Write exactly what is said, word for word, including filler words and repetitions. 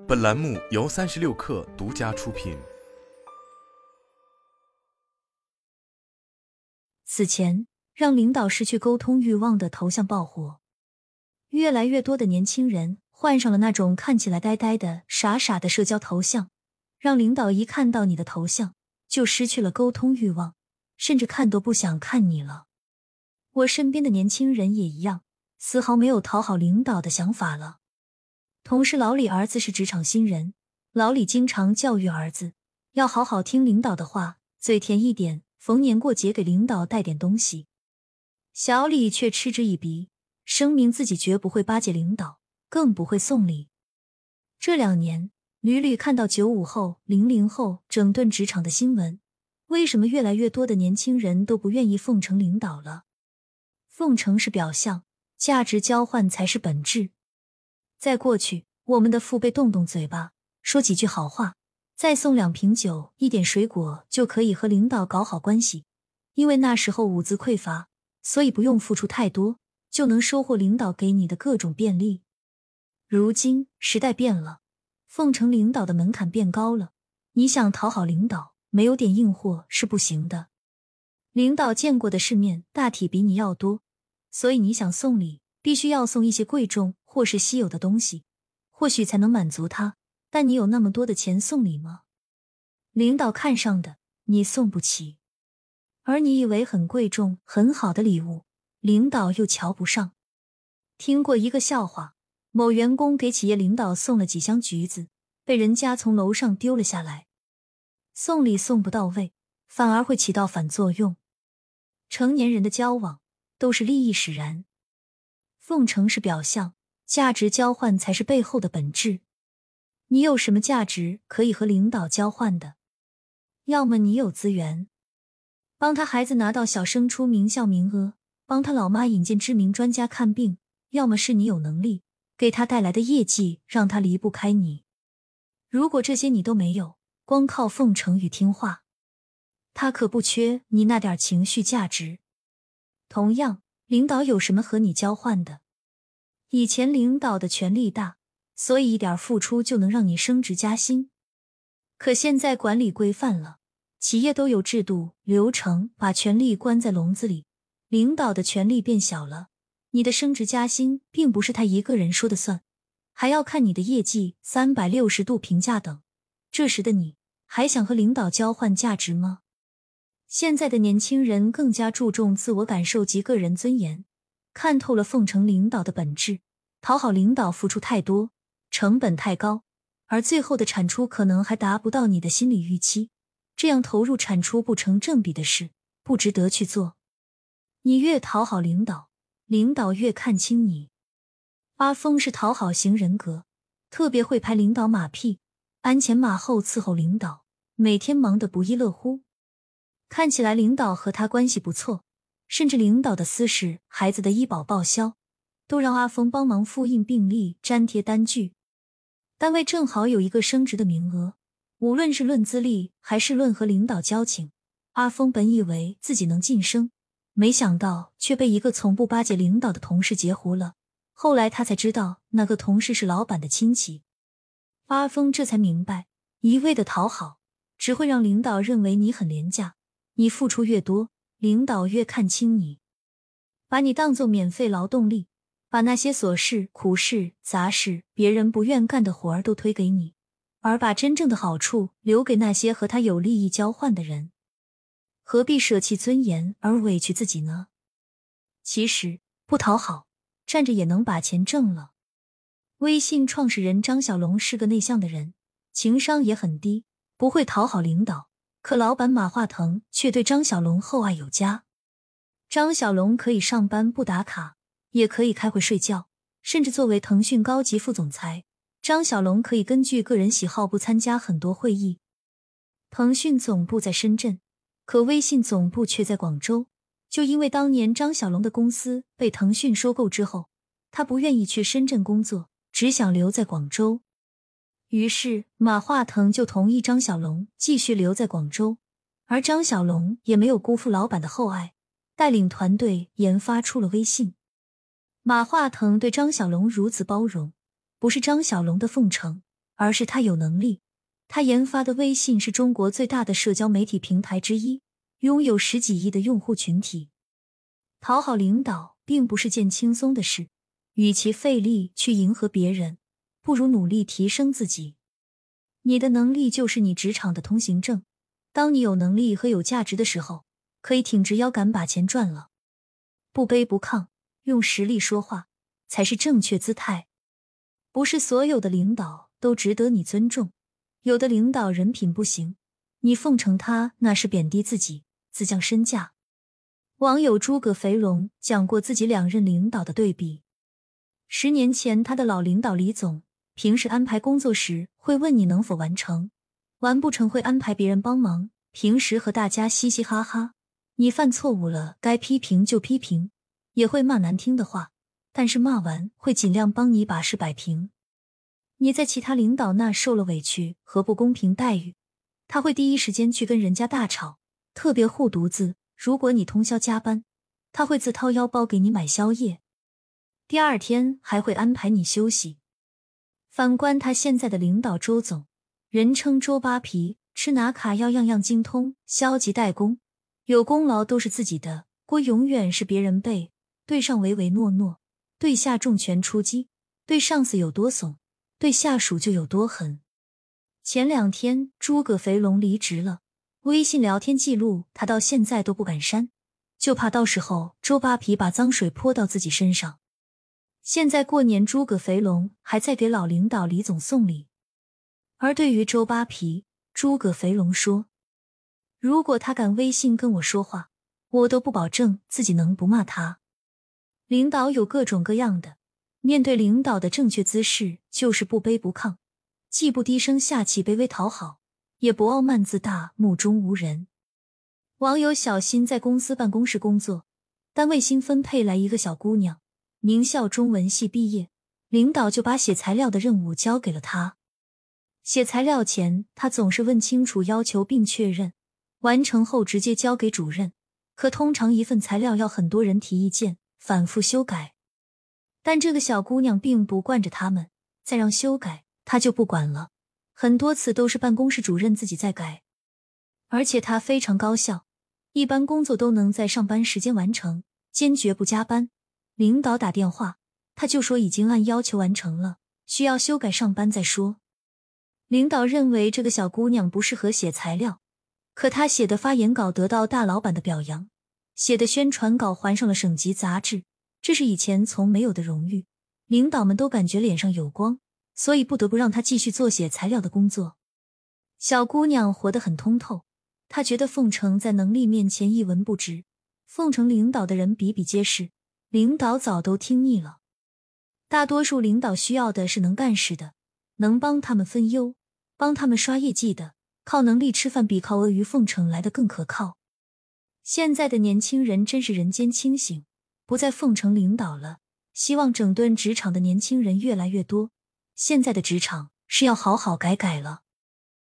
本栏目由三十六氪独家出品。 此前，让领导失去沟通欲望的头像爆火，越来越多的年轻人换上了那种看起来呆呆的、傻傻的社交头像，让领导一看到你的头像就失去了沟通欲望，甚至看都不想看你了。我身边的年轻人也一样，丝毫没有讨好领导的想法了。同事老李儿子是职场新人，老李经常教育儿子要好好听领导的话，嘴甜一点，逢年过节给领导带点东西。小李却嗤之以鼻，声明自己绝不会巴结领导，更不会送礼。这两年屡屡看到九五后、零零后整顿职场的新闻，为什么越来越多的年轻人都不愿意奉承领导了？奉承是表象，价值交换才是本质。在过去，我们的父辈动动嘴巴，说几句好话，再送两瓶酒、一点水果就可以和领导搞好关系。因为那时候物资匮乏，所以不用付出太多，就能收获领导给你的各种便利。如今时代变了，奉承领导的门槛变高了，你想讨好领导，没有点硬货是不行的。领导见过的世面大体比你要多，所以你想送礼，必须要送一些贵重或是稀有的东西，或许才能满足他，但你有那么多的钱送礼吗？领导看上的，你送不起。而你以为很贵重、很好的礼物，领导又瞧不上。听过一个笑话，某员工给企业领导送了几箱橘子，被人家从楼上丢了下来。送礼送不到位，反而会起到反作用。成年人的交往都是利益使然，奉承是表象，价值交换才是背后的本质。你有什么价值可以和领导交换的？要么你有资源，帮他孩子拿到小升初名校名额，帮他老妈引荐知名专家看病，要么是你有能力，给他带来的业绩让他离不开你。如果这些你都没有，光靠奉承与听话，他可不缺你那点情绪价值。同样，领导有什么和你交换的？以前领导的权力大，所以一点付出就能让你升职加薪。可现在管理规范了，企业都有制度、流程，把权力关在笼子里，领导的权力变小了，你的升职加薪并不是他一个人说的算，还要看你的业绩、三百六十度评价等。这时的你，还想和领导交换价值吗？现在的年轻人更加注重自我感受及个人尊严，看透了奉承领导的本质，讨好领导付出太多，成本太高，而最后的产出可能还达不到你的心理预期，这样投入产出不成正比的事，不值得去做。你越讨好领导，领导越看轻你。阿峰是讨好型人格，特别会拍领导马屁，鞍前马后伺候领导，每天忙得不亦乐乎。看起来领导和他关系不错，甚至领导的私事、孩子的医保报销，都让阿峰帮忙复印病历、粘贴单据。单位正好有一个升职的名额，无论是论资历还是论和领导交情，阿峰本以为自己能晋升，没想到却被一个从不巴结领导的同事截胡了。后来他才知道那个同事是老板的亲戚。阿峰这才明白，一味的讨好只会让领导认为你很廉价，你付出越多，领导越看轻你，把你当作免费劳动力，把那些琐事、苦事、杂事，别人不愿干的活儿都推给你，而把真正的好处留给那些和他有利益交换的人。何必舍弃尊严而委屈自己呢？其实，不讨好，站着也能把钱挣了。微信创始人张小龙是个内向的人，情商也很低，不会讨好领导，可老板马化腾却对张小龙厚爱有加。张小龙可以上班不打卡，也可以开会睡觉，甚至作为腾讯高级副总裁，张小龙可以根据个人喜好不参加很多会议。腾讯总部在深圳，可微信总部却在广州，就因为当年张小龙的公司被腾讯收购之后，他不愿意去深圳工作，只想留在广州。于是马化腾就同意张小龙继续留在广州，而张小龙也没有辜负老板的厚爱，带领团队研发出了微信。马化腾对张小龙如此包容，不是张小龙的奉承， 而是他有能力。他研发的微信是中国最大的社交媒体平台之一，拥有十几亿的用户群体。讨好领导并不是件轻松的事，与其费力去迎合别人，不如努力提升自己。你的能力就是你职场的通行证，当你有能力和有价值的时候，可以挺直腰杆把钱赚了。不卑不亢，用实力说话，才是正确姿态。不是所有的领导都值得你尊重，有的领导人品不行，你奉承他那是贬低自己，自降身价。网友诸葛肥龙讲过自己两任领导的对比。十年前他的老领导李总，平时安排工作时会问你能否完成，完不成会安排别人帮忙，平时和大家嘻嘻哈哈，你犯错误了该批评就批评，也会骂难听的话，但是骂完会尽量帮你把事摆平。你在其他领导那受了委屈和不公平待遇，他会第一时间去跟人家大吵，特别护犊子，如果你通宵加班，他会自掏腰包给你买宵夜，第二天还会安排你休息。反观他现在的领导周总，人称周扒皮，吃拿卡要样样精通，消极怠工，有功劳都是自己的，锅永远是别人背，对上唯唯诺诺，对下重拳出击，对上司有多怂，对下属就有多狠。前两天诸葛肥龙离职了，微信聊天记录他到现在都不敢删，就怕到时候周扒皮把脏水泼到自己身上。现在过年诸葛肥龙还在给老领导李总送礼。而对于周扒皮，诸葛肥龙说，如果他敢微信跟我说话，我都不保证自己能不骂他。领导有各种各样的，面对领导的正确姿势就是不卑不亢，既不低声下气卑微讨好，也不傲慢自大目中无人。网友小新在公司办公室工作，单位新分配来一个小姑娘，名校中文系毕业，领导就把写材料的任务交给了她。写材料前，她总是问清楚要求并确认，完成后直接交给主任，可通常一份材料要很多人提意见，反复修改。但这个小姑娘并不惯着他们，再让修改，她就不管了，很多次都是办公室主任自己在改。而且她非常高效，一般工作都能在上班时间完成，坚决不加班。领导打电话，他就说已经按要求完成了，需要修改上班再说。领导认为这个小姑娘不适合写材料，可她写的发言稿得到大老板的表扬，写的宣传稿还上了省级杂志，这是以前从没有的荣誉，领导们都感觉脸上有光，所以不得不让她继续做写材料的工作。小姑娘活得很通透，她觉得奉承在能力面前一文不值，奉承领导的人比比皆是，领导早都听腻了。大多数领导需要的是能干事的，能帮他们分忧，帮他们刷业绩的，靠能力吃饭比靠阿谀奉承来的更可靠。现在的年轻人真是人间清醒，不再奉承领导了，希望整顿职场的年轻人越来越多，现在的职场是要好好改改了。